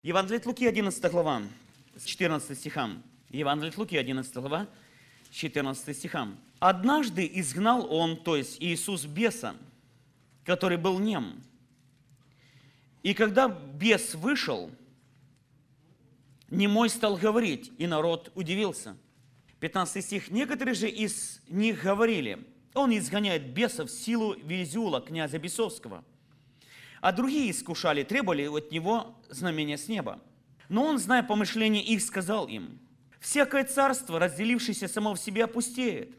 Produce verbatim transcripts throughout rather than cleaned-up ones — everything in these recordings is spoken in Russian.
Евангелие от Луки, одиннадцатая глава, с четырнадцатым стихам. Евангелие от Луки, одиннадцатая глава, с четырнадцатым стихам. «Однажды изгнал он, то есть Иисус, беса, который был нем. И когда бес вышел, немой стал говорить, и народ удивился». пятнадцатый стих. «Некоторые же из них говорили: он изгоняет бесов в силу Вельзевула, князя бесовского. А другие искушали, требовали от него знамения с неба. Но он, зная помышления их, сказал им: всякое царство, разделившееся само в себе, опустеет,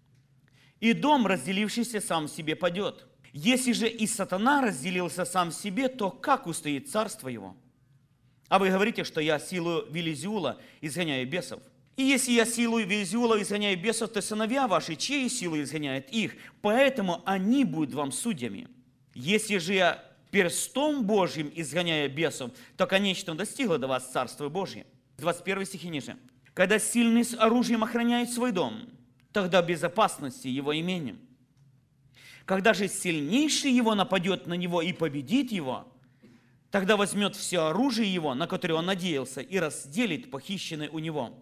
и дом, разделившийся сам в себе, падет. Если же и сатана разделился сам в себе, то как устоит царство его? А вы говорите, что я силою Вельзевула изгоняю бесов. И если я силою Вельзевула изгоняю бесов, то сыновья ваши, чьей силой изгоняют их? Поэтому они будут вам судьями. Если же я перстом Божьим изгоняя бесов, то конечно достигло до вас Царство Божье». двадцать первый стих и ниже. «Когда сильный с оружием охраняет свой дом, тогда безопасности его имением. Когда же сильнейший его нападет на него и победит его, тогда возьмет все оружие его, на которое он надеялся, и разделит похищенное у него.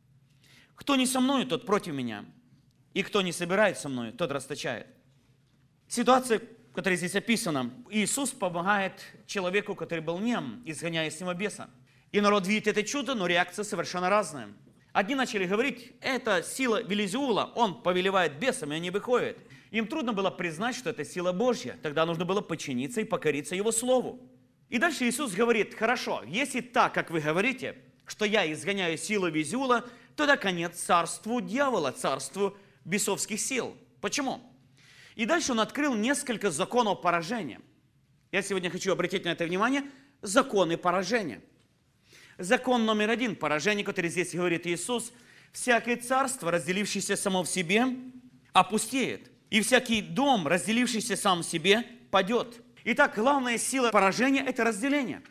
Кто не со мною, тот против меня, и кто не собирает со мною, тот расточает». Ситуация, которая здесь описана, Иисус помогает человеку, который был нем, изгоняя с него беса. И народ видит это чудо, но реакция совершенно разная. Одни начали говорить: это сила Вельзевула, он повелевает бесами, они выходят. Им трудно было признать, что это сила Божья. Тогда нужно было подчиниться и покориться Его Слову. И дальше Иисус говорит: хорошо, если так, как вы говорите, что я изгоняю силу Вельзевула, тогда конец царству дьявола, царству бесовских сил. Почему? И дальше он открыл несколько законов поражения. Я сегодня хочу обратить на это внимание. Законы поражения. Закон номер один, поражение, который здесь говорит Иисус: всякое царство, разделившееся само в себе, опустеет, и всякий дом, разделившийся сам в себе, падет. Итак, главная сила поражения – это разделение.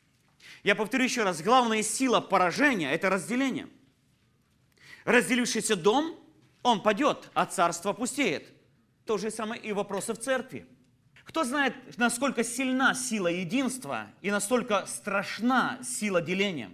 Я повторю еще раз, главная сила поражения – это разделение. Разделившийся дом, он падет, а царство опустеет. То же самое и вопросы в церкви. Кто знает, насколько сильна сила единства и насколько страшна сила деления?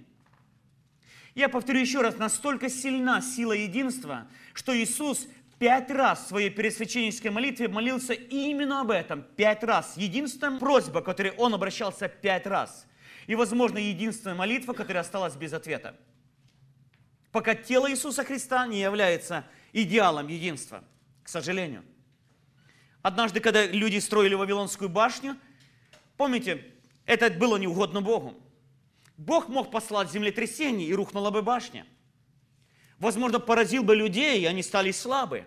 Я повторю еще раз, настолько сильна сила единства, что Иисус пять раз в своей пересвященнической молитве молился именно об этом. Пять раз. Единственная просьба, к которой он обращался пять раз. И, возможно, единственная молитва, которая осталась без ответа. Пока тело Иисуса Христа не является идеалом единства, к сожалению. Однажды, когда люди строили Вавилонскую башню, помните, это было неугодно Богу. Бог мог послать землетрясение, и рухнула бы башня. Возможно, поразил бы людей, и они стали слабы.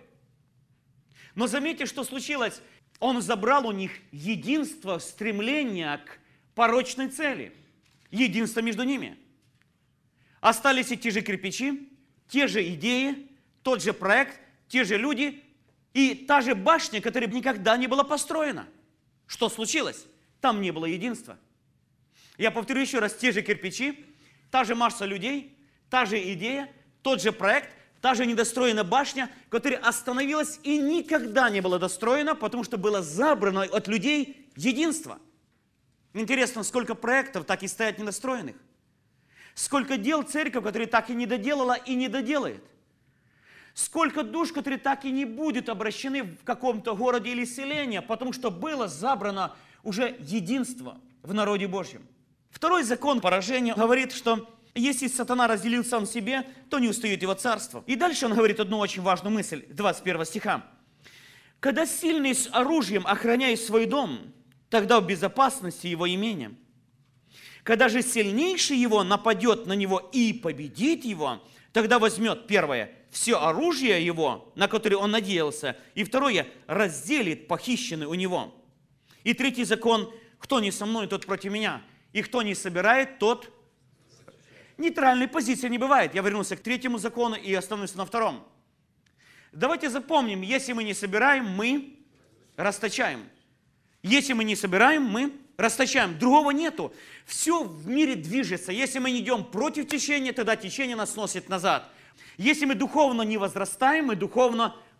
Но заметьте, что случилось. Он забрал у них единство, стремление к порочной цели. Единство между ними. Остались и те же кирпичи, те же идеи, тот же проект, те же люди и та же башня, которая никогда не была построена. Что случилось? Там не было единства. Я повторю еще раз, те же кирпичи, та же масса людей, та же идея, тот же проект, та же недостроенная башня, которая остановилась и никогда не была достроена, потому что было забрано от людей единство. Интересно, сколько проектов так и стоят недостроенных. Сколько дел церковь, которая так и не доделала и не доделает. Сколько душ, которые так и не будут обращены в каком-то городе или селении, потому что было забрано уже единство в народе Божьем. Второй закон поражения говорит, что если сатана разделил сам себе, то не устоит его царство. И дальше он говорит одну очень важную мысль, двадцать первого стиха. «Когда сильный с оружием охраняет свой дом, тогда в безопасности его имение. Когда же сильнейший его нападет на него и победит его, тогда возьмет, первое, все оружие его, на которое он надеялся, и второе, разделит похищенное у него. И третий закон: кто не со мной, тот против меня, и кто не собирает, тот...» Нейтральной позиции не бывает. Я вернулся к третьему закону и остановлюсь на втором. Давайте запомним, если мы не собираем, мы расточаем. Если мы не собираем, мы расточаем. Другого нету. Все в мире движется. Если мы не идем против течения, тогда течение нас сносит назад. Если мы духовно не возрастаем, мы духовно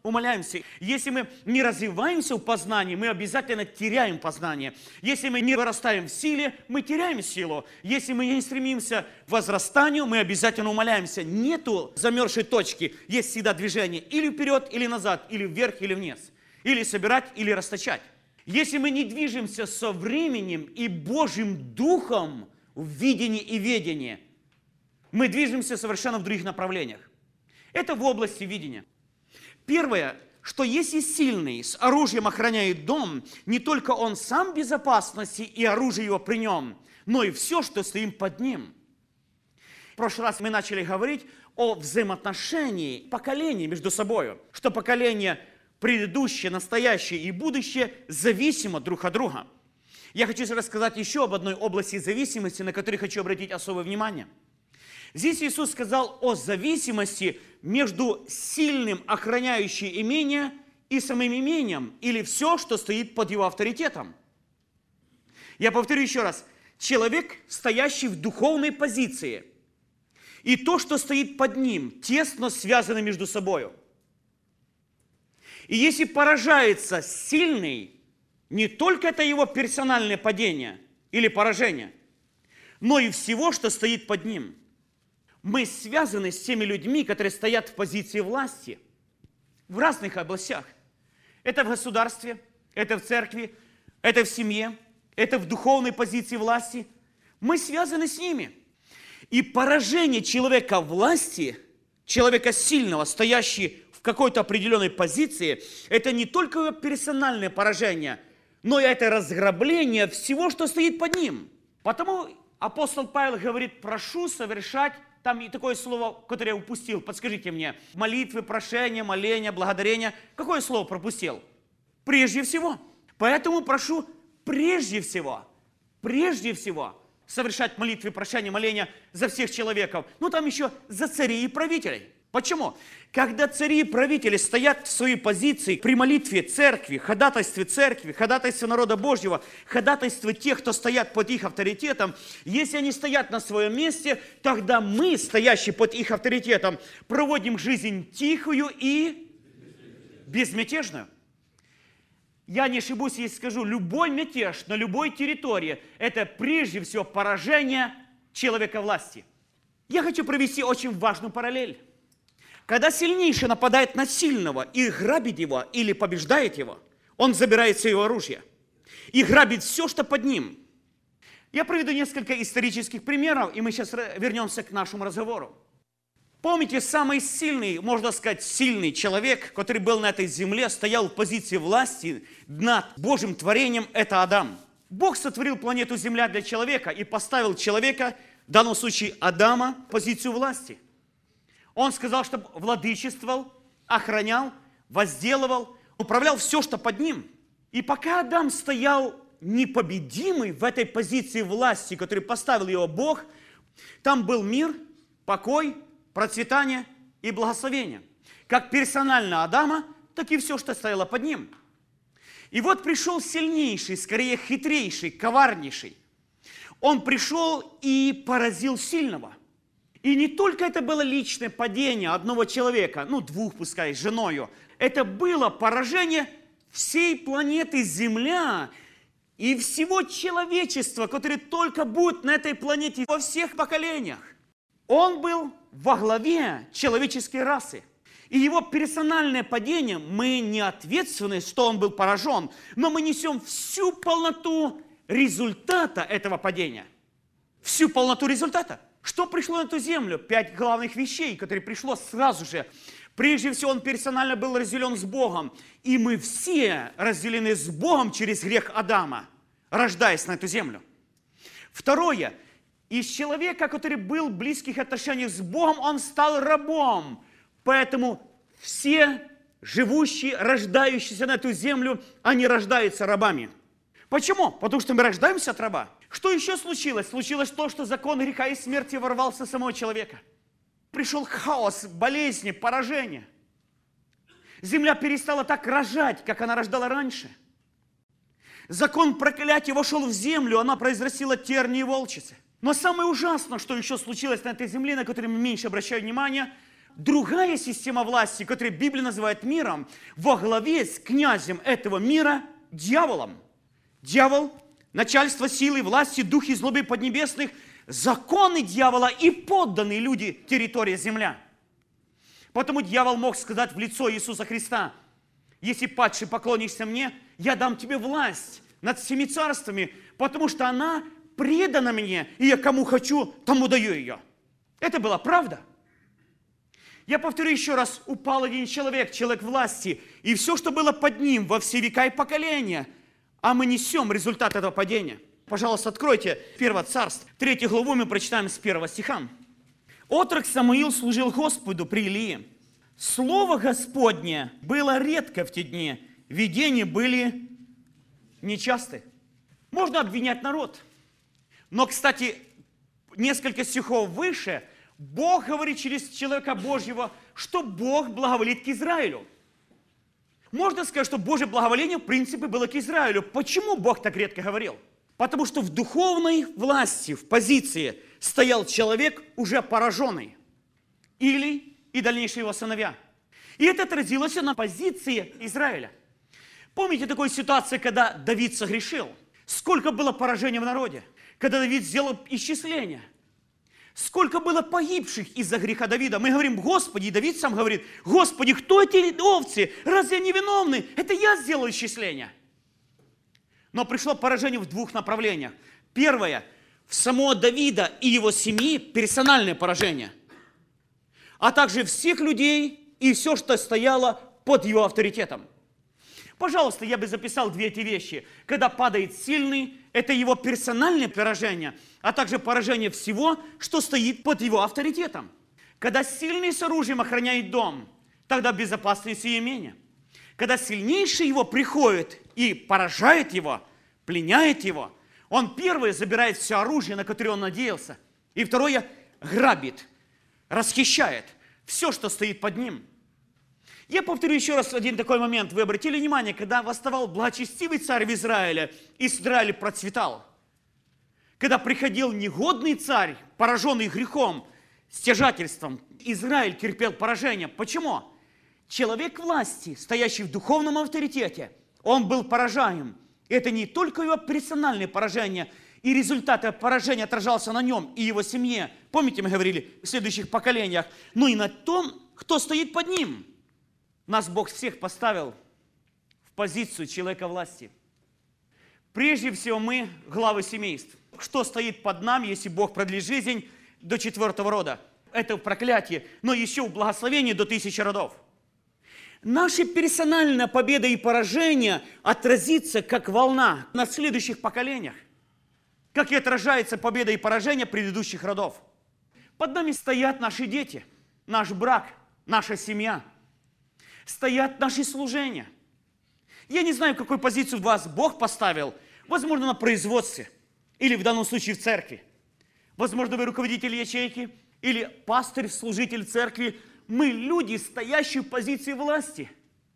умаляемся. Если мы не развиваемся в познании, мы обязательно теряем познание. Если мы не вырастаем в силе, мы теряем силу. Если мы не стремимся к возрастанию, мы обязательно умаляемся. Нету замерзшей точки. Есть всегда движение или вперед, или назад, или вверх, или вниз. Или собирать, или расточать. Если мы не движемся со временем и Божьим Духом в видении и ведении, мы движемся совершенно в других направлениях. Это в области видения. Первое, что если сильный с оружием охраняет дом, не только он сам в безопасности и оружие его при нем, но и все, что стоит под ним. В прошлый раз мы начали говорить о взаимоотношении поколений между собой, что поколение предыдущее, настоящее и будущее зависимо друг от друга. Я хочу рассказать еще об одной области зависимости, на которой хочу обратить особое внимание. Здесь Иисус сказал о зависимости между сильным, охраняющим имение, и самим имением, или все, что стоит под его авторитетом. Я повторю еще раз. Человек, стоящий в духовной позиции, и то, что стоит под ним, тесно связаны между собой. И если поражается сильный, не только это его персональное падение или поражение, но и всего, что стоит под ним. Мы связаны с теми людьми, которые стоят в позиции власти в разных областях. Это в государстве, это в церкви, это в семье, это в духовной позиции власти. Мы связаны с ними. И поражение человека власти, человека сильного, стоящего в какой-то определенной позиции, это не только его персональное поражение, но и это разграбление всего, что стоит под ним. Потому апостол Павел говорит: прошу совершать. Там и такое слово, которое я упустил, подскажите мне. Молитвы, прошения, моления, благодарения. Какое слово пропустил? Прежде всего. Поэтому прошу прежде всего, прежде всего совершать молитвы, прошения, моления за всех человеков. Ну там еще за царей и правителей. Почему? Когда цари и правители стоят в своей позиции при молитве церкви, ходатайстве церкви, ходатайстве народа Божьего, ходатайстве тех, кто стоят под их авторитетом, если они стоят на своем месте, тогда мы, стоящие под их авторитетом, проводим жизнь тихую и безмятежную. Я не ошибусь, если скажу, любой мятеж на любой территории – это прежде всего поражение человека власти. Я хочу провести очень важную параллель. Когда сильнейший нападает на сильного и грабит его или побеждает его, он забирает все его оружие и грабит все, что под ним. Я приведу несколько исторических примеров, и мы сейчас вернемся к нашему разговору. Помните, самый сильный, можно сказать, сильный человек, который был на этой земле, стоял в позиции власти над Божьим творением, это Адам. Бог сотворил планету Земля для человека и поставил человека, в данном случае Адама, в позицию власти. Он сказал, чтобы владычествовал, охранял, возделывал, управлял все, что под ним. И пока Адам стоял непобедимый в этой позиции власти, который поставил его Бог, там был мир, покой, процветание и благословение. Как персонально Адама, так и все, что стояло под ним. И вот пришел сильнейший, скорее хитрейший, коварнейший. Он пришел и поразил сильного. И не только это было личное падение одного человека, ну двух, пускай, с женою. Это было поражение всей планеты Земля и всего человечества, которое только будет на этой планете во всех поколениях. Он был во главе человеческой расы. И его персональное падение, мы не ответственны, что он был поражен, но мы несем всю полноту результата этого падения. Всю полноту результата. Что пришло на эту землю? Пять главных вещей, которые пришло сразу же. Прежде всего, он персонально был разделен с Богом. И мы все разделены с Богом через грех Адама, рождаясь на эту землю. Второе. Из человека, который был в близких отношениях с Богом, он стал рабом. Поэтому все живущие, рождающиеся на эту землю, они рождаются рабами. Почему? Потому что мы рождаемся от раба. Что еще случилось? Случилось то, что закон греха и смерти ворвался в самого человека. Пришел хаос, болезни, поражение. Земля перестала так рожать, как она рождала раньше. Закон проклятия вошел в землю, она произрастила тернии и волчицы. Но самое ужасное, что еще случилось на этой земле, на которой мы меньше обращаем внимания, другая система власти, которую Библия называет миром, во главе с князем этого мира дьяволом. Дьявол, начальство силы, власти, духи злобы поднебесных, законы дьявола и подданные люди, территория земля. Потому дьявол мог сказать в лицо Иисуса Христа: если падший поклонишься мне, я дам тебе власть над всеми царствами, потому что она предана мне, и я кому хочу, тому даю ее. Это была правда. Я повторю еще раз, упал один человек, человек власти, и все, что было под ним во все века и поколения, а мы несем результат этого падения. Пожалуйста, откройте Первое Царство, третью главу мы прочитаем с первого стиха. «Отрок Самуил служил Господу при Илии. Слово Господне было редко в те дни, видения были нечасты». Можно обвинять народ. Но, кстати, несколько стихов выше Бог говорит через человека Божьего, что Бог благоволит к Израилю. Можно сказать, что Божье благоволение, в принципе, было к Израилю. Почему Бог так редко говорил? Потому что в духовной власти, в позиции стоял человек, уже пораженный. Или и дальнейшие его сыновья. И это отразилось на позиции Израиля. Помните такую ситуацию, когда Давид согрешил? Сколько было поражения в народе? Когда Давид сделал исчисление. Сколько было погибших из-за греха Давида. Мы говорим: Господи, и Давид сам говорит: Господи, кто эти овцы? Разве они виновны? Это я сделал исчисление. Но пришло поражение в двух направлениях. Первое, в самого Давида и его семьи персональное поражение. А также всех людей и все, что стояло под его авторитетом. Пожалуйста, я бы записал две эти вещи. Когда падает сильный, это его персональное поражение, а также поражение всего, что стоит под его авторитетом. Когда сильный с оружием охраняет дом, тогда безопасность и имение. Когда сильнейший его приходит и поражает его, пленяет его, он первое забирает все оружие, на которое он надеялся, и второе грабит, расхищает все, что стоит под ним. Я повторю еще раз один такой момент. Вы обратили внимание, когда восставал благочестивый царь в Израиле, Израиль процветал. Когда приходил негодный царь, пораженный грехом, стяжательством, Израиль терпел поражение. Почему? Человек власти, стоящий в духовном авторитете, он был поражаем. Это не только его персональное поражение, и результат поражения отражался на нем и его семье. Помните, мы говорили в следующих поколениях, но и на том, кто стоит под ним. Нас Бог всех поставил в позицию человека власти. Прежде всего мы главы семейств. Что стоит под нами, если Бог продлит жизнь до четвертого рода? Это в проклятии, но еще в благословении до тысячи родов. Наша персональная победа и поражение отразится как волна на следующих поколениях, как и отражается победа и поражение предыдущих родов. Под нами стоят наши дети, наш брак, наша семья. Стоят наши служения. Я не знаю, какую позицию вас Бог поставил. Возможно, на производстве. Или в данном случае в церкви. Возможно, вы руководитель ячейки. Или пастырь, служитель церкви. Мы люди, стоящие в позиции власти.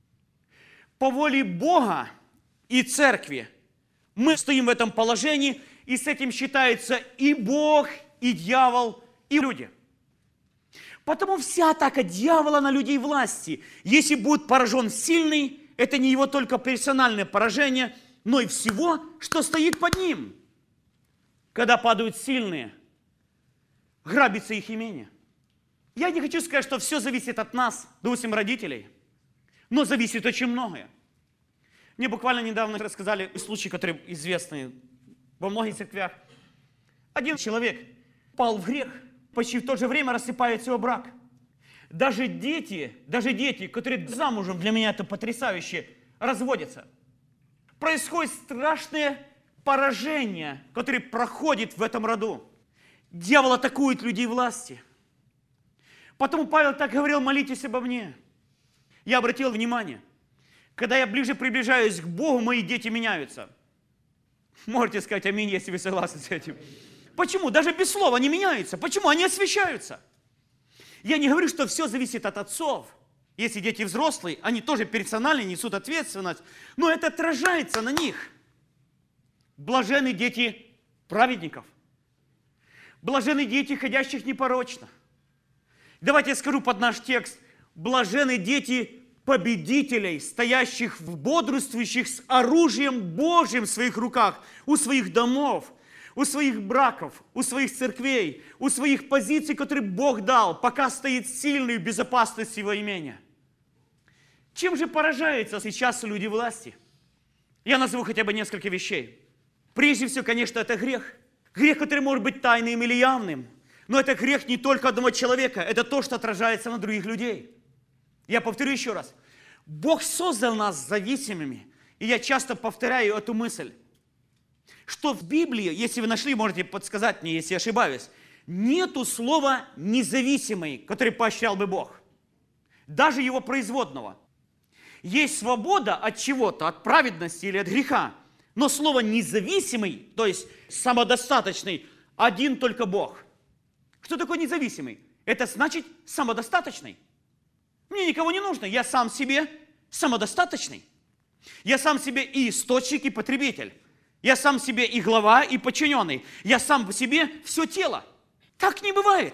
По воле Бога и церкви. Мы стоим в этом положении. И с этим считаются и Бог, и дьявол, и люди. Потому вся атака дьявола на людей власти, если будет поражен сильный, это не его только персональное поражение, но и всего, что стоит под ним. Когда падают сильные, грабится их имение. Я не хочу сказать, что все зависит от нас, допустим, родителей, но зависит очень многое. Мне буквально недавно рассказали случай, который известный во многих церквях. Один человек пал в грех, почти в то же время рассыпается его брак. Даже дети, даже дети, которые замужем, для меня это потрясающе, разводятся. Происходит страшное поражение, которое проходит в этом роду. Дьявол атакует людей власти. Потому Павел так говорил: молитесь обо мне. Я обратил внимание, когда я ближе приближаюсь к Богу, мои дети меняются. Можете сказать аминь, если вы согласны с этим. Почему? Даже без слова они меняются. Почему? Они освящаются. Я не говорю, что все зависит от отцов. Если дети взрослые, они тоже персонально несут ответственность. Но это отражается на них. Блаженны дети праведников. Блаженны дети, ходящих непорочно. Давайте я скажу под наш текст. Блажены дети победителей, стоящих в бодрствующих с оружием Божьим в своих руках, у своих домов, у своих браков, у своих церквей, у своих позиций, которые Бог дал, пока стоит сильный в безопасности его имения. Чем же поражаются сейчас люди власти? Я назову хотя бы несколько вещей. Прежде всего, конечно, это грех. Грех, который может быть тайным или явным. Но это грех не только одного человека, это то, что отражается на других людей. Я повторю еще раз. Бог создал нас зависимыми. И я часто повторяю эту мысль, что в Библии, если вы нашли, можете подсказать мне, если я ошибаюсь, нету слова «независимый», который поощрял бы Бог. Даже его производного. Есть свобода от чего-то, от праведности или от греха. Но слово «независимый», то есть самодостаточный, один только Бог. Что такое независимый? Это значит самодостаточный. Мне никого не нужно, я сам себе самодостаточный. Я сам себе и источник, и потребитель. Я сам себе и глава, и подчиненный. Я сам по себе все тело. Так не бывает.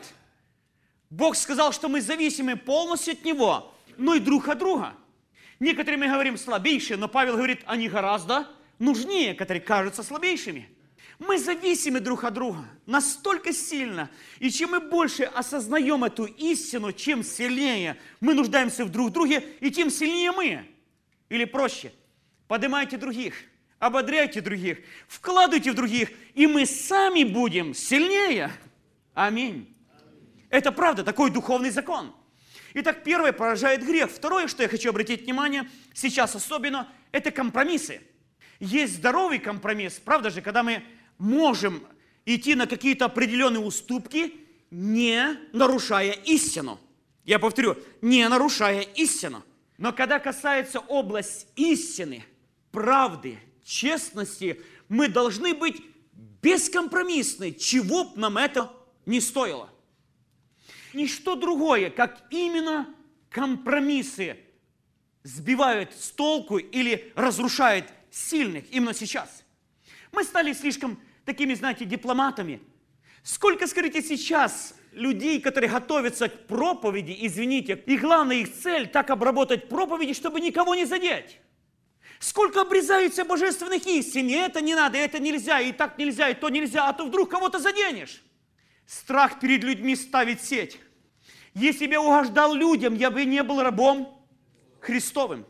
Бог сказал, что мы зависимы полностью от Него, но и друг от друга. Некоторые мы говорим слабейшие, но Павел говорит, они гораздо нужнее, которые кажутся слабейшими. Мы зависимы друг от друга настолько сильно. И чем мы больше осознаем эту истину, чем сильнее мы нуждаемся в друг друге, и тем сильнее мы. Или проще, поднимайте других, ободряйте других, вкладывайте в других, и мы сами будем сильнее. Аминь. Это правда, такой духовный закон. Итак, первое, поражает грех. Второе, что я хочу обратить внимание, сейчас особенно, это компромиссы. Есть здоровый компромисс, правда же, когда мы можем идти на какие-то определенные уступки, не нарушая истину. Я повторю, не нарушая истину. Но когда касается области истины, правды, честности, мы должны быть бескомпромиссны, чего бы нам это не стоило. Ничто другое, как именно компромиссы сбивают с толку или разрушают сильных именно сейчас. Мы стали слишком такими, знаете, дипломатами. Сколько, скажите, сейчас людей, которые готовятся к проповеди, извините, и главная их цель так обработать проповеди, чтобы никого не задеть. Сколько обрезаются божественных истин, и это не надо, это нельзя, и так нельзя, и то нельзя, а то вдруг кого-то заденешь. Страх перед людьми ставит сеть. Если бы я угождал людям, я бы не был рабом Христовым.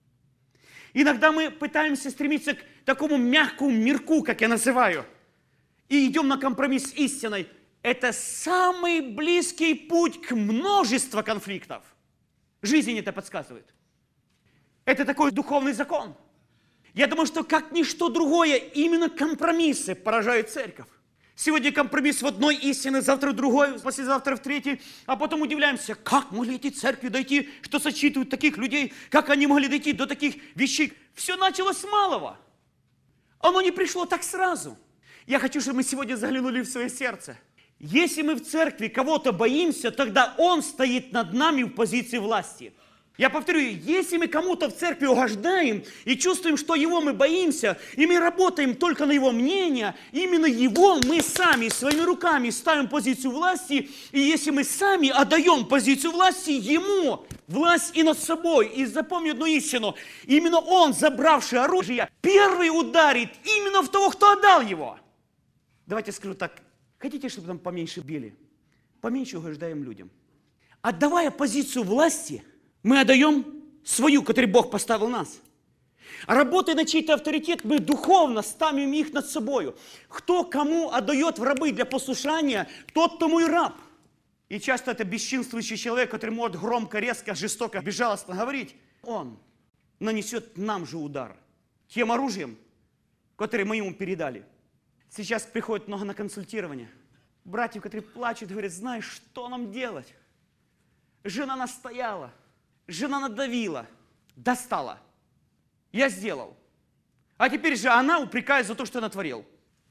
Иногда мы пытаемся стремиться к такому мягкому мирку, как я называю, и идем на компромисс с истиной. Это самый близкий путь к множеству конфликтов. Жизнь это подсказывает. Это такой духовный закон. Я думаю, что как ничто другое, именно компромиссы поражают церковь. Сегодня компромисс в одной истине, завтра в другой, послезавтра в третьей, а потом удивляемся, как могли эти церкви дойти, что сочетывают таких людей, как они могли дойти до таких вещей. Все началось с малого. Оно не пришло так сразу. Я хочу, чтобы мы сегодня заглянули в свое сердце. Если мы в церкви кого-то боимся, тогда он стоит над нами в позиции власти. Я повторю, если мы кому-то в церкви угождаем и чувствуем, что его мы боимся, и мы работаем только на его мнение, именно его мы сами своими руками ставим позицию власти, и если мы сами отдаем позицию власти ему, власть и над собой, и запомни одну истину, именно он, забравший оружие, первый ударит именно в того, кто отдал его. Давайте скажу так, хотите, чтобы нам поменьше били? Поменьше угождаем людям. Отдавая позицию власти, мы отдаем свою, которую Бог поставил нас. А работая на чей-то авторитет, мы духовно ставим их над собой. Кто кому отдает в рабы для послушания, тот тому и раб. И часто это бесчинствующий человек, который может громко, резко, жестоко, безжалостно говорить, он нанесет нам же удар тем оружием, которое мы ему передали. Сейчас приходит много на консультирование. Братьев, которые плачут, говорят, знаешь, что нам делать? Жена настояла. Жена надавила, достала. Я сделал. А теперь же она упрекает за то, что я натворил.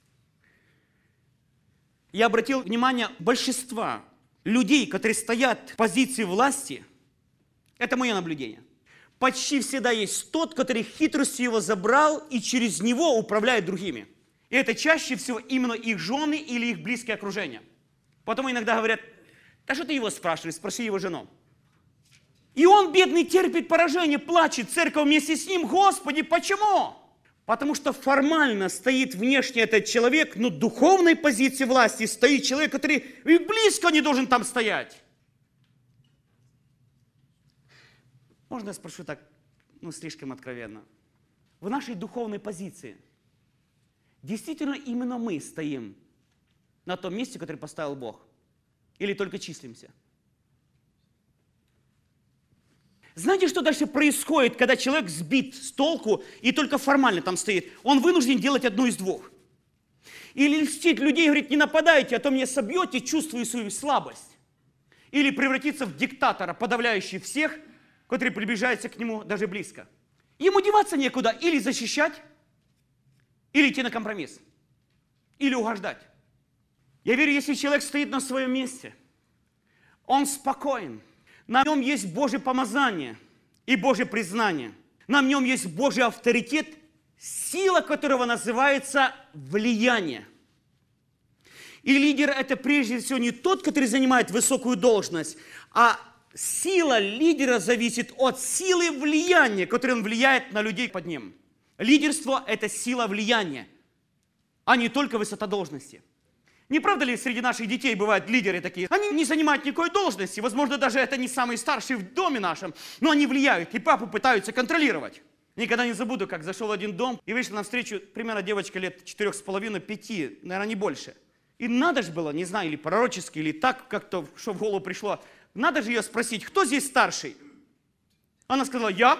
Я обратил внимание большинства людей, которые стоят в позиции власти, это мое наблюдение, почти всегда есть тот, который хитростью его забрал и через него управляет другими. И это чаще всего именно их жены или их близкое окружение. Потом иногда говорят, Да что ты его спрашиваешь, спроси его жену. И он, бедный, терпит поражение, плачет, церковь вместе с ним. Господи, почему? Потому что формально стоит внешне этот человек, но в духовной позиции власти стоит человек, который и близко не должен там стоять. Можно я спрошу так, ну, слишком откровенно? В нашей духовной позиции действительно именно мы стоим на том месте, которое поставил Бог? Или только числимся? Знаете, что дальше происходит, когда человек сбит с толку и только формально там стоит? Он вынужден делать одну из двух. Или льстить людей, говорит, не нападайте, а то меня собьете, чувствую свою слабость. Или превратиться в диктатора, подавляющий всех, который приближается к нему даже близко. Ему деваться некуда, или защищать, или идти на компромисс, или угождать. Я верю, если человек стоит на своем месте, он спокоен, на нем есть Божье помазание и Божье признание, на нем есть Божий авторитет, сила которого называется влияние. И лидер – это прежде всего не тот, который занимает высокую должность, а сила лидера зависит от силы влияния, которой он влияет на людей под ним. Лидерство – это сила влияния, а не только высота должности. Не правда ли среди наших детей бывают лидеры такие? Они не занимают никакой должности, возможно, даже это не самые старшие в доме нашем, но они влияют, и папу пытаются контролировать. Никогда не забуду, как зашел в один дом, и вышла навстречу примерно девочка лет четырех с половиной, пяти, наверное, не больше. И надо же было, не знаю, или пророчески, или так как-то, что в голову пришло, надо же ее спросить, кто здесь старший? Она сказала, я.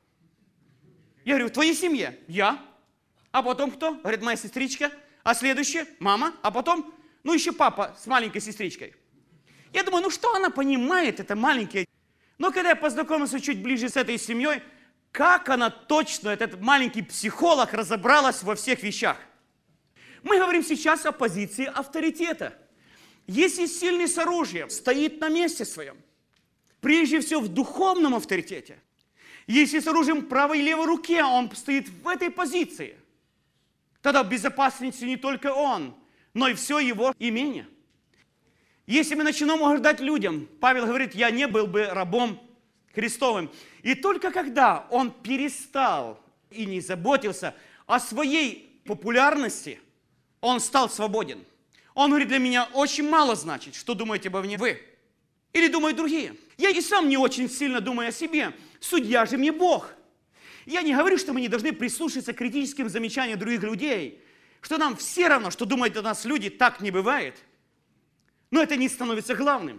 Я говорю, в твоей семье? Я. А потом кто? Говорит, моя сестричка. А следующая? Мама. А потом, ну еще папа с маленькой сестричкой. Я думаю, ну что она понимает, это маленькая. Но когда я познакомился чуть ближе с этой семьей, как она точно, этот маленький психолог, разобралась во всех вещах. Мы говорим сейчас о позиции авторитета. Если сильный с оружием стоит на месте своем, прежде всего в духовном авторитете, если с оружием в правой и левой руке он стоит в этой позиции, тогда в безопасности не только он, но и все его имение. Если мы начнем угождать людям, Павел говорит, я не был бы рабом Христовым. И только когда он перестал и не заботился о своей популярности, он стал свободен. Он говорит, для меня очень мало значит, что думаете обо мне вы. Или думают другие. Я и сам не очень сильно думаю о себе. Судья же мне Бог. Я не говорю, что мы не должны прислушаться к критическим замечаниям других людей. Что нам все равно, что думают о нас люди, так не бывает. Но это не становится главным.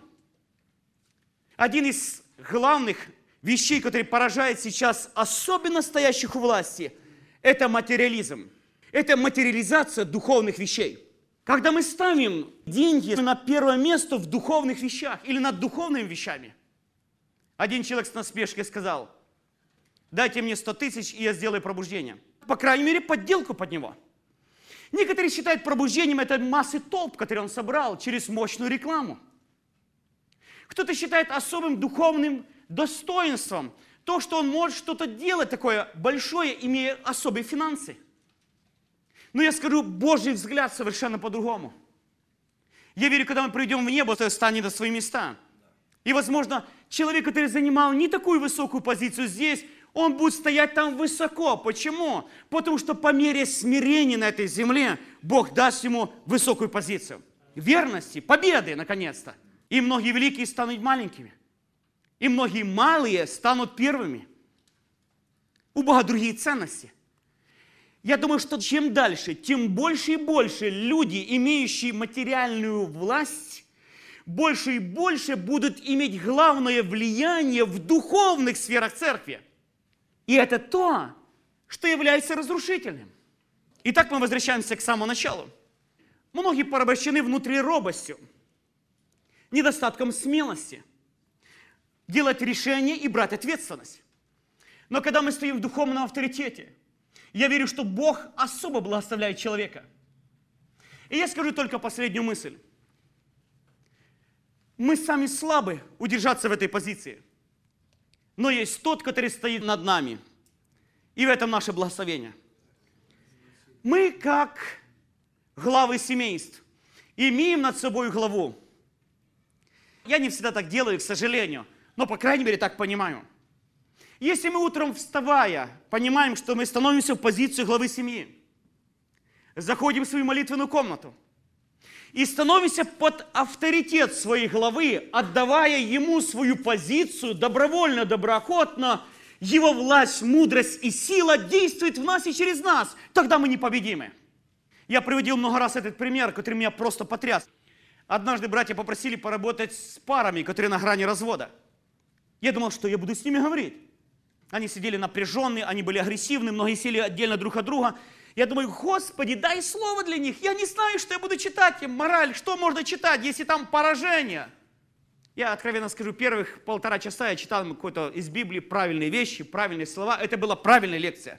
Один из главных вещей, который поражает сейчас особенно стоящих у власти, это материализм. Это материализация духовных вещей. Когда мы ставим деньги на первое место в духовных вещах или над духовными вещами. Один человек с насмешкой сказал, дайте мне сто тысяч, и я сделаю пробуждение. По крайней мере, подделку под него. Некоторые считают пробуждением это массы толп, которые он собрал через мощную рекламу. Кто-то считает особым духовным достоинством то, что он может что-то делать такое большое, имея особые финансы. Но я скажу, Божий взгляд совершенно по-другому. Я верю, когда мы придем в небо, то станет на свои места. И, возможно, человек, который занимал не такую высокую позицию здесь, он будет стоять там высоко. Почему? Потому что по мере смирения на этой земле Бог даст ему высокую позицию. Верности, победы, наконец-то. И многие великие станут маленькими. И многие малые станут первыми. У Бога другие ценности. Я думаю, что чем дальше, тем больше и больше люди, имеющие материальную власть, больше и больше будут иметь главное влияние в духовных сферах церкви. И это то, что является разрушительным. Итак, мы возвращаемся к самому началу. Многие порабощены внутри робостью, недостатком смелости, делать решения и брать ответственность. Но когда мы стоим в духовном авторитете, я верю, что Бог особо благословляет человека. И я скажу только последнюю мысль. Мы сами слабы удержаться в этой позиции. Но есть тот, который стоит над нами. И в этом наше благословение. Мы, как главы семейств, имеем над собой главу. Я не всегда так делаю, к сожалению, но, по крайней мере, так понимаю. Если мы утром, вставая, понимаем, что мы становимся в позицию главы семьи, заходим в свою молитвенную комнату и становимся под авторитет своей главы, отдавая ему свою позицию добровольно, доброохотно, его власть, мудрость и сила действует в нас и через нас, тогда мы непобедимы. Я приводил много раз этот пример, который меня просто потряс. Однажды братья попросили поработать с парами, которые на грани развода. Я думал, что я буду с ними говорить. Они сидели напряженные, они были агрессивны, многие сели отдельно друг от друга. Я думаю, Господи, дай слово для них. Я не знаю, что я буду читать им, мораль, что можно читать, если там поражение. Я откровенно скажу, первых полтора часа я читал какой-то из Библии правильные вещи, правильные слова. Это была правильная лекция.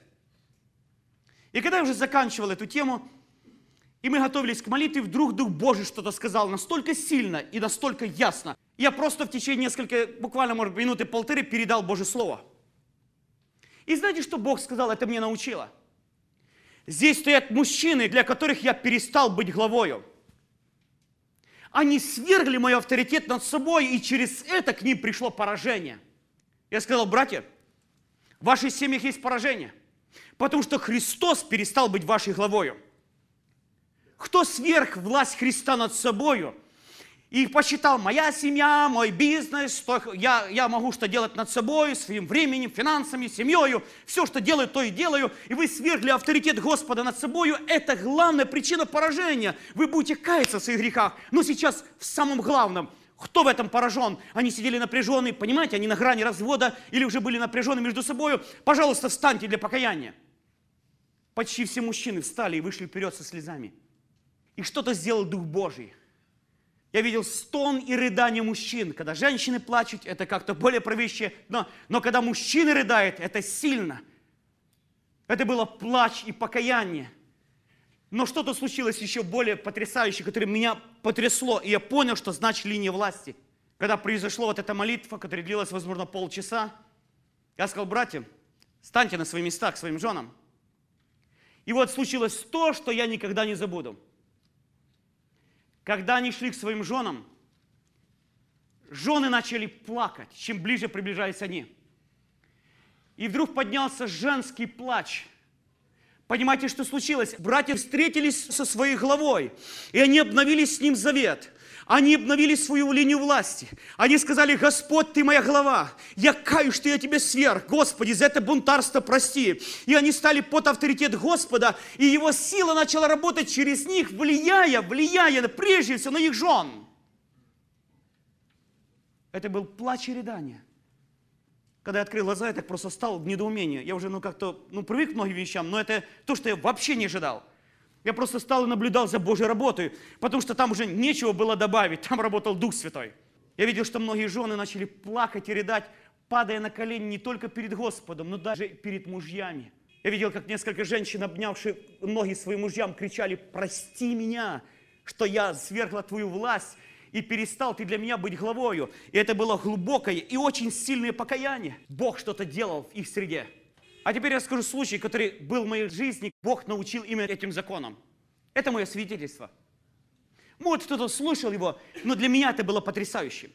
И когда я уже заканчивал эту тему, и мы готовились к молитве, вдруг Дух Божий что-то сказал настолько сильно и настолько ясно. Я просто в течение нескольких, буквально, может, минуты полторы передал Божье Слово. И знаете, что Бог сказал? Это мне научило. Здесь стоят мужчины, для которых я перестал быть главою. Они свергли мой авторитет над собой, и через это к ним пришло поражение. Я сказал, братья, в вашей семьях есть поражение, потому что Христос перестал быть вашей главою. Кто сверг власть Христа над собою и посчитал, моя семья, мой бизнес, то я, я могу что делать над собой, своим временем, финансами, семьей, все, что делаю, то и делаю, и вы свергли авторитет Господа над собою, это главная причина поражения. Вы будете каяться в своих грехах, но сейчас в самом главном, кто в этом поражен? Они сидели напряженные, понимаете, они на грани развода или уже были напряжены между собой. Пожалуйста, встаньте для покаяния. Почти все мужчины встали и вышли вперед со слезами. И что-то сделал Дух Божий. Я видел стон и рыдание мужчин. Когда женщины плачут, это как-то более правящее. Но, но когда мужчины рыдают, это сильно. Это было плач и покаяние. Но что-то случилось еще более потрясающее, которое меня потрясло. И я понял, что значит линия власти. Когда произошла вот эта молитва, которая длилась, возможно, полчаса, я сказал, братья, станьте на свои места к своим женам. И вот случилось то, что я никогда не забуду. Когда они шли к своим женам, жены начали плакать, чем ближе приближались они. И вдруг поднялся женский плач. Понимаете, что случилось? Братья встретились со своей главой, и они обновили с ним завет. Они обновили свою линию власти. Они сказали, Господь, Ты моя глава. Я каюсь, что я Тебе сверг. Господи, за это бунтарство прости. И они стали под авторитет Господа, и Его сила начала работать через них, влияя, влияя прежде всего на их жен. Это был плач и рыдание. Когда я открыл глаза, я так просто стал в недоумении. Я уже ну, как-то ну, привык к многим вещам, но это то, что я вообще не ожидал. Я просто стал и наблюдал за Божьей работой, потому что там уже нечего было добавить, там работал Дух Святой. Я видел, что многие жены начали плакать и рыдать, падая на колени не только перед Господом, но даже перед мужьями. Я видел, как несколько женщин, обнявшие ноги своим мужьям, кричали, прости меня, что я свергла Твою власть, и перестал ты для меня быть главою. И это было глубокое и очень сильное покаяние. Бог что-то делал в их среде. А теперь я расскажу случай, который был в моей жизни. Бог научил именно этим законам. Это мое свидетельство. Может, кто-то слушал его, но для меня это было потрясающе.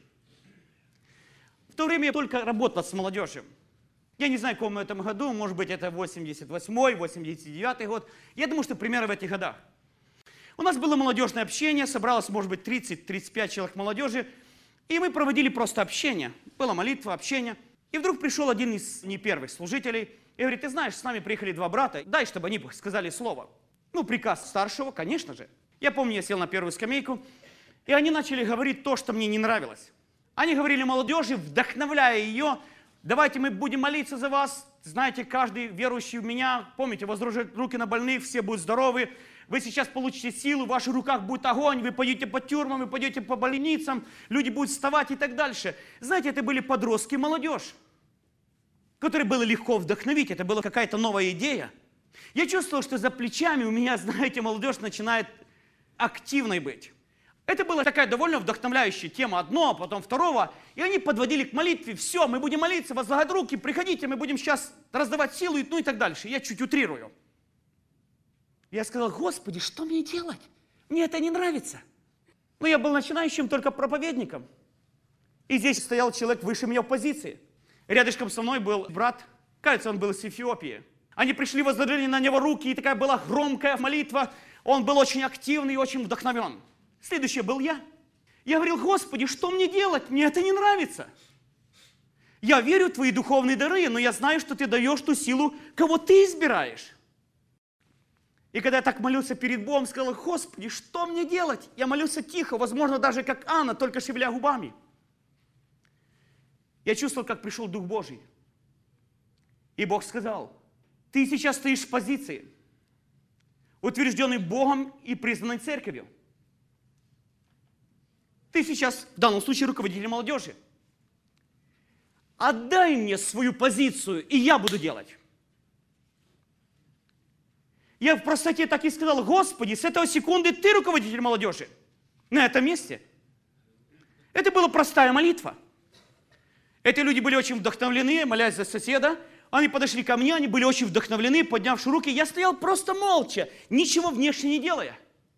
В то время я только работал с молодежью. Я не знаю, в каком этом году, может быть, это восемьдесят восьмой, восемьдесят девятый год. Я думаю, что примерно в этих годах. У нас было молодежное общение, собралось, может быть, тридцать-тридцать пять человек молодежи, и мы проводили просто общение. Была молитва, общение. И вдруг пришел один из не первых служителей и говорит, ты знаешь, с нами приехали два брата, дай, чтобы они сказали слово. Ну, приказ старшего, конечно же. Я помню, я сел на первую скамейку, и они начали говорить то, что мне не нравилось. Они говорили молодежи, вдохновляя ее, давайте мы будем молиться за вас. Знаете, каждый верующий в меня, помните, возложить руки на больных, все будут здоровы. Вы сейчас получите силу, в ваших руках будет огонь, вы пойдете по тюрьмам, вы пойдете по больницам, люди будут вставать и так дальше. Знаете, это были подростки, молодежь, которые было легко вдохновить, это была какая-то новая идея. Я чувствовал, что за плечами у меня, знаете, молодежь начинает активной быть. Это была такая довольно вдохновляющая тема, одно, а потом второго, и они подводили к молитве, все, мы будем молиться, возлагать руки, приходите, мы будем сейчас раздавать силу, ну и так дальше. Я чуть утрирую. Я сказал, Господи, что мне делать? Мне это не нравится. Но я был начинающим только проповедником. И здесь стоял человек выше меня в позиции. Рядышком со мной был брат, кажется, он был из Эфиопии. Они пришли, возложили на него руки, и такая была громкая молитва. Он был очень активный и очень вдохновен. Следующий был я. Я говорил: Господи, что мне делать? Мне это не нравится. Я верю в Твои духовные дары, но я знаю, что Ты даешь ту силу, кого Ты избираешь. И когда я так молился перед Богом, сказал: Господи, что мне делать? Я молился тихо, возможно, даже как Анна, только шевеля губами. Я чувствовал, как пришел Дух Божий. И Бог сказал: ты сейчас стоишь в позиции, утвержденной Богом и признанной церковью. Ты сейчас, в данном случае, руководитель молодежи. Отдай мне свою позицию, и я буду делать. Я в простоте так и сказал: Господи, с этого секунды Ты руководитель молодежи. На этом месте. Это была простая молитва. Эти люди были очень вдохновлены, молясь за соседа. Они подошли ко мне, они были очень вдохновлены, поднявши руки. Я стоял просто молча, ничего внешне не делая.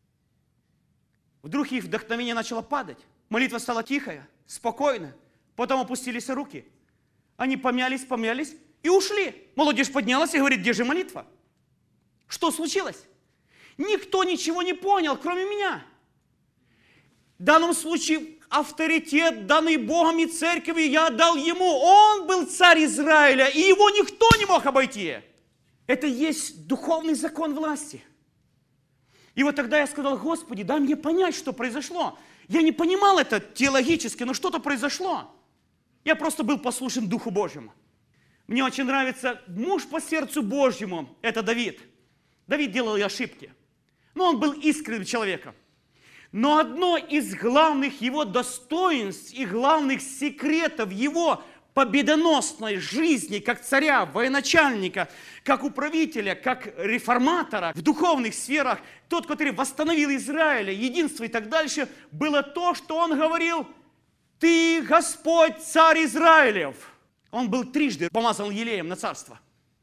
Вдруг их вдохновение начало падать. Молитва стала тихая, спокойная. Потом опустились руки. Они помялись, помялись и ушли. Молодежь поднялась и говорит: где же молитва? Что случилось? Никто ничего не понял, кроме меня. В данном случае авторитет, данный Богом и церковью, я отдал ему. Он был царь Израиля, и его никто не мог обойти. Это есть духовный закон власти. И вот тогда я сказал: Господи, дай мне понять, что произошло. Я не понимал это теологически, но что-то произошло. Я просто был послушен Духу Божьему. Мне очень нравится муж по сердцу Божьему, это Давид. Давид делал и ошибки, но он был искренним человеком. Но одно из главных его достоинств и главных секретов его победоносной жизни, как царя, военачальника, как управителя, как реформатора в духовных сферах, тот, который восстановил Израиль, единство и так дальше, было то, что он говорил: Ты, Господь, царь Израилев. Он был трижды помазан елеем на царство.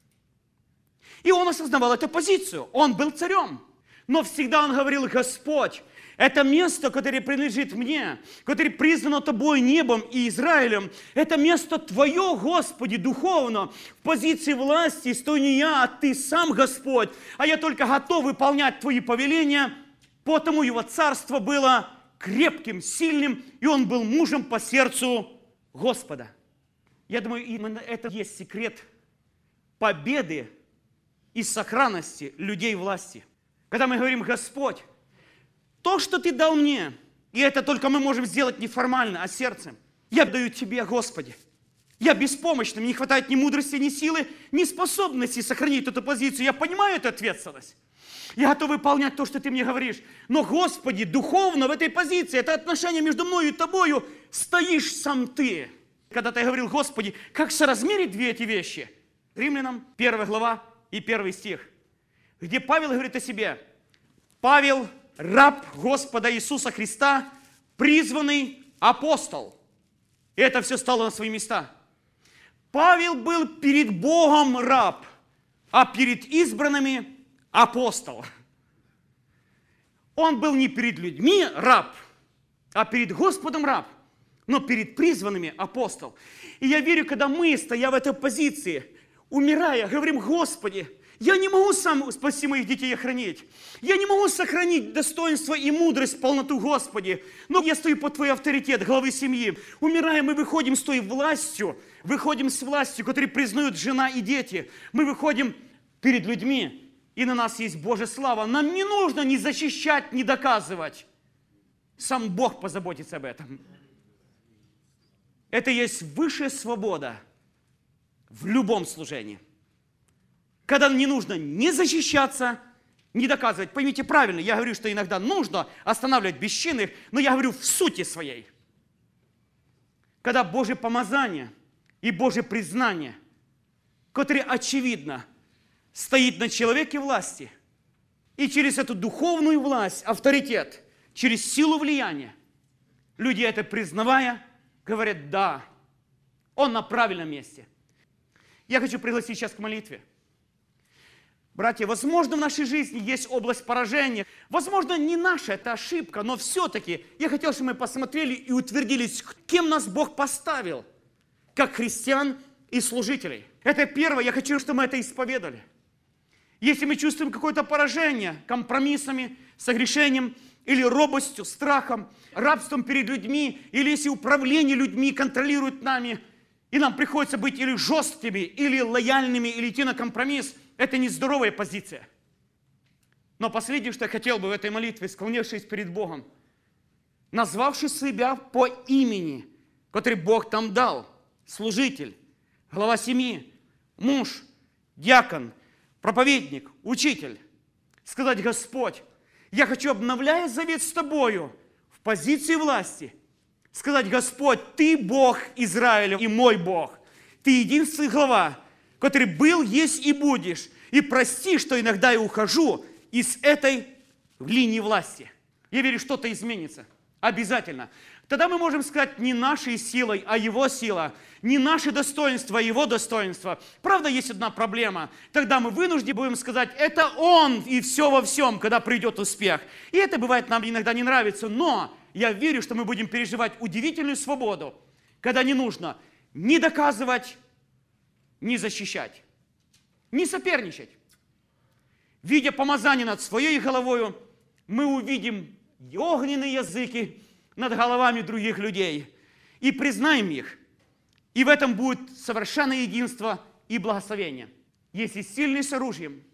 И он осознавал эту позицию. Он был царем. Но всегда он говорил: Господь, это место, которое принадлежит мне, которое признано Тобой небом и Израилем, это место Твое, Господи, духовно, в позиции власти стой не я, а Ты сам, Господь, а я только готов выполнять Твои повеления. Потому его царство было крепким, сильным, и он был мужем по сердцу Господа. Я думаю, именно это и есть секрет победы и сохранности людей власти. Когда мы говорим: Господь, то, что Ты дал мне, и это только мы можем сделать не формально, а сердцем, я даю Тебе, Господи. Я беспомощный, мне не хватает ни мудрости, ни силы, ни способности сохранить эту позицию. Я понимаю эту ответственность. Я готов выполнять то, что Ты мне говоришь. Но, Господи, духовно в этой позиции, это отношение между мною и Тобою, стоишь сам Ты. Когда-то я говорил: Господи, как соразмерить две эти вещи? Римлянам, первая глава и первый стих, где Павел говорит о себе: Павел, раб Господа Иисуса Христа, призванный апостол. И это все стало на свои места. Павел был перед Богом раб, а перед избранными апостол. Он был не перед людьми раб, а перед Господом раб, но перед призванными апостол. И я верю, когда мы, стоя в этой позиции, умирая, говорим: Господи, я не могу сам спасти моих детей и охранить. Я не могу сохранить достоинство и мудрость, полноту, Господи. Но я стою под Твой авторитет, главы семьи. Умирая, мы выходим с той властью, выходим с властью, которую признают жена и дети. Мы выходим перед людьми, и на нас есть Божья слава. Нам не нужно ни защищать, ни доказывать. Сам Бог позаботится об этом. Это есть высшая свобода в любом служении. Когда не нужно ни защищаться, ни доказывать. Поймите правильно, я говорю, что иногда нужно останавливать бесчинных, но я говорю в сути своей. Когда Божье помазание и Божье признание, которое очевидно стоит на человеке власти, и через эту духовную власть, авторитет, через силу влияния, люди это признавая, говорят: да, он на правильном месте. Я хочу пригласить сейчас к молитве. Братья, возможно, в нашей жизни есть область поражения. Возможно, не наша это ошибка, но все-таки я хотел, чтобы мы посмотрели и утвердились, кем нас Бог поставил, как христиан и служителей. Это первое, я хочу, чтобы мы это исповедали. Если мы чувствуем какое-то поражение компромиссами, согрешением или робостью, страхом, рабством перед людьми, или если управление людьми контролирует нами, и нам приходится быть или жесткими, или лояльными, или идти на компромисс, это нездоровая позиция. Но последнее, что я хотел бы в этой молитве, склонившись перед Богом, назвавший себя по имени, который Бог там дал, служитель, глава семьи, муж, диакон, проповедник, учитель, сказать: Господь, я хочу, обновляя завет с Тобою в позиции власти, сказать: Господь, Ты Бог Израиля и мой Бог. Ты единственный глава, который был, есть и будешь. И прости, что иногда я ухожу из этой линии власти. Я верю, что-то изменится. Обязательно. Тогда мы можем сказать не нашей силой, а Его сила. Не наше достоинство, а Его достоинство. Правда, есть одна проблема. Тогда мы вынуждены будем сказать: это Он и все во всем, когда придет успех. И это бывает нам иногда не нравится. Но я верю, что мы будем переживать удивительную свободу, когда не нужно ни доказывать, ни защищать, ни соперничать. Видя помазание над своей головою, мы увидим огненные языки над головами других людей и признаем их. И в этом будет совершенное единство и благословение. Если сильный с оружием,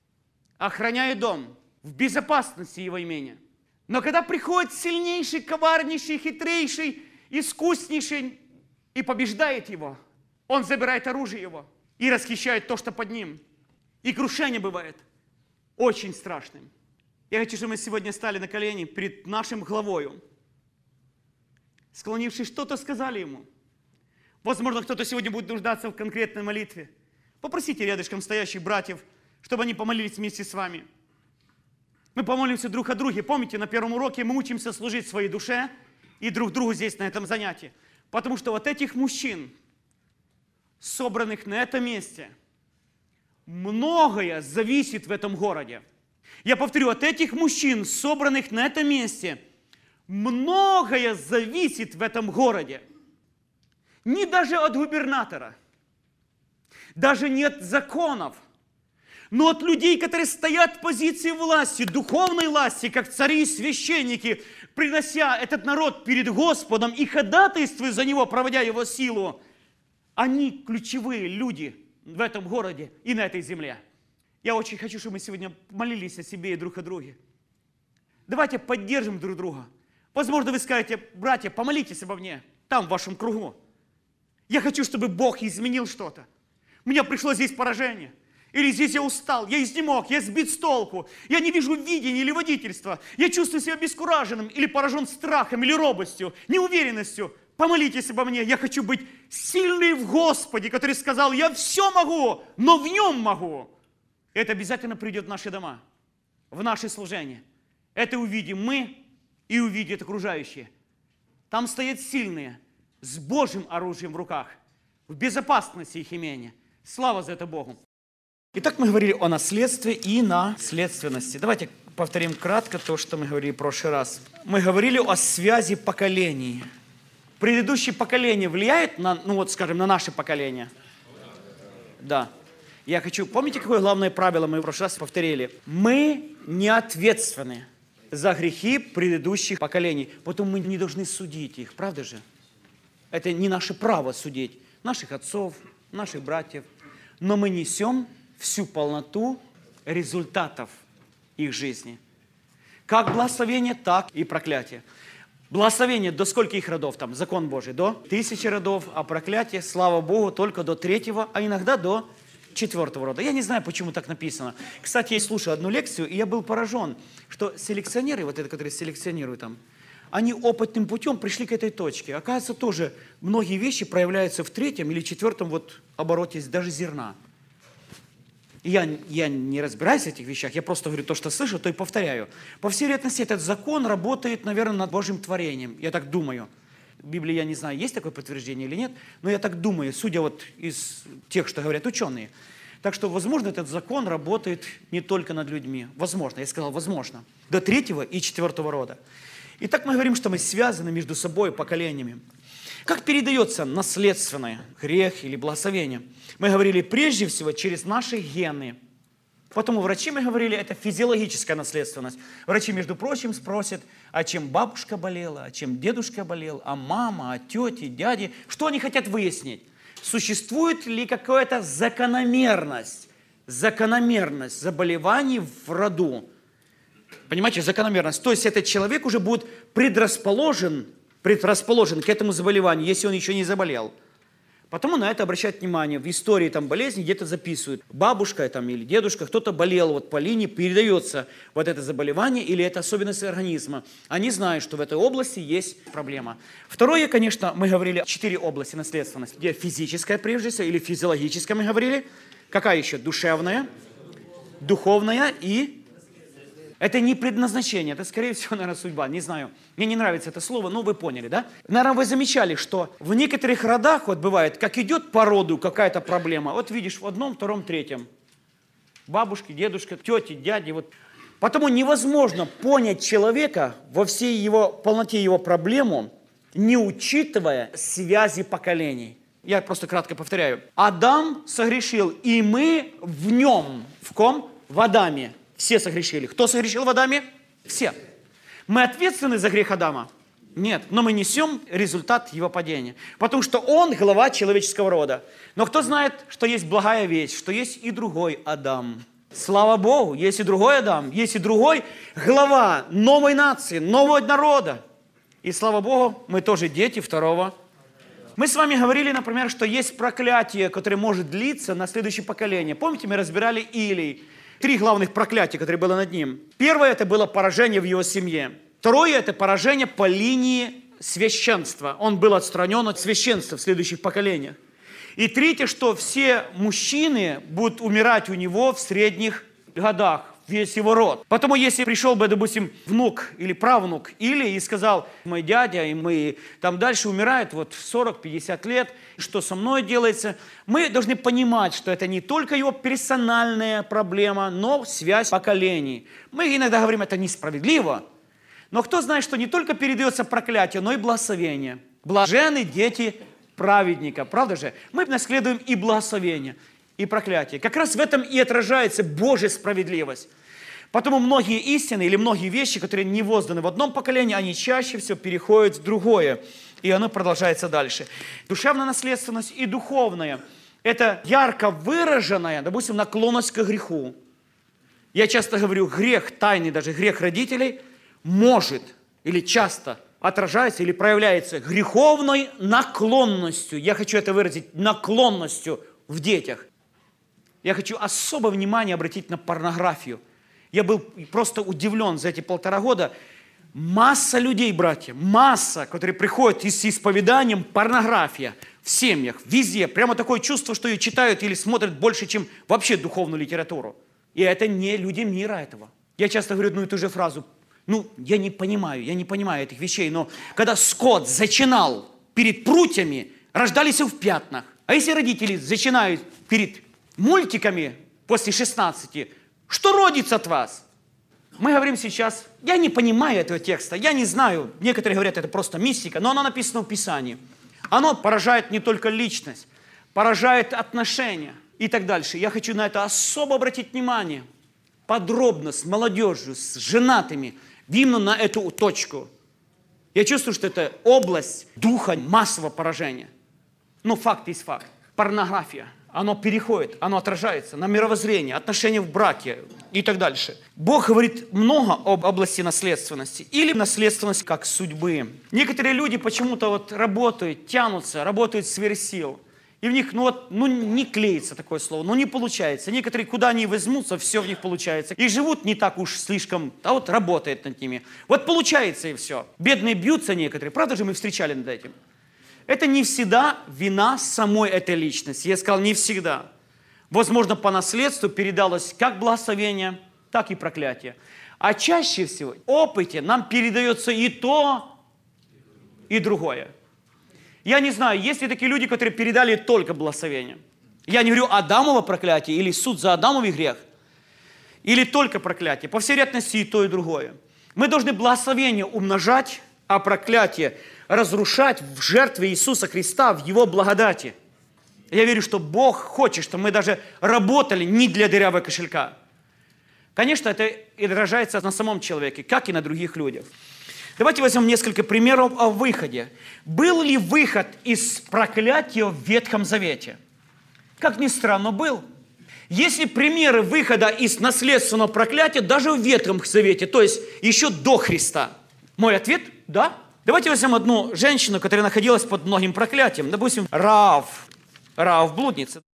охраняя дом, в безопасности его имения. Но когда приходит сильнейший, коварнейший, хитрейший, искуснейший и побеждает его, он забирает оружие его и расхищает то, что под ним. И крушение бывает очень страшным. Я хочу, чтобы мы сегодня стали на колени перед нашим главою, склонившись, что-то сказали ему. Возможно, кто-то сегодня будет нуждаться в конкретной молитве. Попросите рядышком стоящих братьев, чтобы они помолились вместе с вами. Мы помолимся друг о друге. Помните, на первом уроке мы учимся служить своей душе и друг другу здесь, на этом занятии. Потому что вот этих мужчин, собранных на этом месте, многое зависит в этом городе. Я повторю, от этих мужчин, собранных на этом месте, многое зависит в этом городе. Не даже от губернатора, даже не от законов, но от людей, которые стоят в позиции власти, духовной власти, как цари и священники, принося этот народ перед Господом и ходатайствуя за него, проводя его силу. Они ключевые люди в этом городе и на этой земле. Я очень хочу, чтобы мы сегодня молились о себе и друг о друге. Давайте поддержим друг друга. Возможно, вы скажете: братья, помолитесь обо мне, там, в вашем кругу. Я хочу, чтобы Бог изменил что-то. У меня пришло здесь поражение. Или здесь я устал, я изнемог, я сбит с толку. Я не вижу видения или водительства. Я чувствую себя обескураженным или поражен страхом или робостью, неуверенностью. Помолитесь обо мне. Я хочу быть сильный в Господе, который сказал: я все могу, но в Нем могу. Это обязательно придет в наши дома, в наше служение. Это увидим мы и увидят окружающие. Там стоят сильные, с Божьим оружием в руках, в безопасности их имения. Слава за это Богу. Итак, мы говорили о наследстве и наследственности. Давайте повторим кратко то, что мы говорили в прошлый раз. Мы говорили о связи поколений. Предыдущее поколение влияет на, ну вот, скажем, на наше поколение? Да. Я хочу, помните, какое главное правило мы в прошлый раз повторили? Мы не ответственны за грехи предыдущих поколений, поэтому мы не должны судить их, правда же? Это не наше право судить наших отцов, наших братьев, но мы несем всю полноту результатов их жизни. Как благословение, так и проклятие. Благословение до скольких родов там? Закон Божий до тысячи родов, а проклятие, слава Богу, только до третьего, а иногда до четвертого рода. Я не знаю, почему так написано. Кстати, я слушал одну лекцию, и я был поражен, что селекционеры, вот это, которые селекционируют там, они опытным путем пришли к этой точке. Оказывается, тоже многие вещи проявляются в третьем или четвертом вот обороте даже зерна. И я, я не разбираюсь в этих вещах, я просто говорю то, что слышу, то и повторяю. По всей вероятности, этот закон работает, наверное, над Божьим творением. Я так думаю. В Библии я не знаю, есть такое подтверждение или нет, но я так думаю, судя вот из тех, что говорят ученые. Так что, возможно, этот закон работает не только над людьми. Возможно, я сказал, возможно. До третьего и четвертого рода. Итак, мы говорим, что мы связаны между собой поколениями. Как передается наследственное грех или благословение? Мы говорили прежде всего через наши гены. Потом у врачей мы говорили, это физиологическая наследственность. Врачи, между прочим, спросят, а чем бабушка болела, а чем дедушка болел, а мама, а тети, дяди. Что они хотят выяснить? Существует ли какая-то закономерность, закономерность заболеваний в роду? Понимаете, закономерность. То есть этот человек уже будет предрасположен, предрасположен к этому заболеванию, если он еще не заболел. Потому на это обращают внимание. В истории там, болезни где-то записывают. Бабушка там, или дедушка, кто-то болел вот, по линии, передается вот это заболевание или это особенность организма. Они знают, что в этой области есть проблема. Второе, конечно, мы говорили, четыре области наследственности. Где физическая, прежде всего, или физиологическая мы говорили. Какая еще? Душевная, духовная и... Это не предназначение, это, скорее всего, наверное, судьба. Не знаю, мне не нравится это слово, но вы поняли, да? Наверное, вы замечали, что в некоторых родах вот бывает, как идет по роду какая-то проблема. Вот видишь в одном, втором, третьем. Бабушки, дедушка, тети, дяди. Вот. Потому невозможно понять человека во всей его полноте его проблему, не учитывая связи поколений. Я просто кратко повторяю. Адам согрешил, и мы в нем. В ком? В Адаме. Все согрешили. Кто согрешил в Адаме? Все. Мы ответственны за грех Адама? Нет. Но мы несем результат его падения. Потому что он глава человеческого рода. Но кто знает, что есть благая весть, что есть и другой Адам? Слава Богу, есть и другой Адам, есть и другой глава новой нации, нового народа. И слава Богу, мы тоже дети второго. Мы с вами говорили, например, что есть проклятие, которое может длиться на следующее поколение. Помните, мы разбирали Илий. Три главных проклятия, которые было над ним. Первое – это было поражение в его семье. Второе – это поражение по линии священства. Он был отстранен от священства в следующих поколениях. И третье, что все мужчины будут умирать у него в средних годах, весь его род. Потому если пришел бы, допустим, внук или правнук Или и сказал, мой дядя и мы там дальше умирают вот в сорок-пятьдесят лет, что со мной делается, мы должны понимать, что это не только его персональная проблема, но связь поколений. Мы иногда говорим, это несправедливо. Но кто знает, что не только передается проклятие, но и благословение. Блаженны дети праведника, правда же? Мы наследуем и благословение, и проклятие. Как раз в этом и отражается Божья справедливость. Потому многие истины или многие вещи, которые не возданы в одном поколении, они чаще всего переходят в другое. И оно продолжается дальше. Душевная наследственность и духовная – это ярко выраженная, допустим, наклонность к греху. Я часто говорю, грех тайный, даже грех родителей, может или часто отражается или проявляется греховной наклонностью. Я хочу это выразить, наклонностью в детях. Я хочу особое внимание обратить на порнографию. Я был просто удивлен за эти полтора года. Масса людей, братья, масса, которые приходят с исповеданием, порнография в семьях, везде. Прямо такое чувство, что ее читают или смотрят больше, чем вообще духовную литературу. И это не люди мира этого. Я часто говорю одну и ту же фразу. Ну, я не понимаю, я не понимаю этих вещей, но когда скот зачинал перед прутьями, рождались в пятнах. А если родители зачинают перед мультиками после шестнадцати, что родится от вас? Мы говорим сейчас, я не понимаю этого текста, я не знаю, некоторые говорят, это просто мистика, но оно написано в Писании. Оно поражает не только личность, поражает отношения и так дальше. Я хочу на это особо обратить внимание, подробно, с молодежью, с женатыми, именно на эту точку. Я чувствую, что это область духа массового поражения. Но факт есть факт. Порнография. Оно переходит, оно отражается на мировоззрение, отношения в браке и так дальше. Бог говорит много об области наследственности или наследственности как судьбы. Некоторые люди почему-то вот работают, тянутся, работают сверхсил. И в них, ну вот, ну не клеится такое слово, ну не получается. Некоторые, куда они возьмутся, все в них получается. И живут не так уж слишком, а вот работает над ними. Вот получается и все. Бедные бьются некоторые, правда же мы встречали над этим? Это не всегда вина самой этой личности. Я сказал, не всегда. Возможно, по наследству передалось как благословение, так и проклятие. А чаще всего в опыте нам передается и то, и другое. Я не знаю, есть ли такие люди, которые передали только благословение. Я не говорю Адамово проклятие или суд за Адамовый грех, или только проклятие. По всей вероятности и то, и другое. Мы должны благословение умножать, а проклятие разрушать в жертве Иисуса Христа, в Его благодати. Я верю, что Бог хочет, чтобы мы даже работали не для дырявого кошелька. Конечно, это и отражается на самом человеке, как и на других людях. Давайте возьмем несколько примеров о выходе. Был ли выход из проклятия в Ветхом Завете? Как ни странно, был. Есть ли примеры выхода из наследственного проклятия даже в Ветхом Завете, то есть еще до Христа? Мой ответ – да. Давайте возьмем одну женщину, которая находилась под многим проклятием. Допустим, Раав. Раав блудница.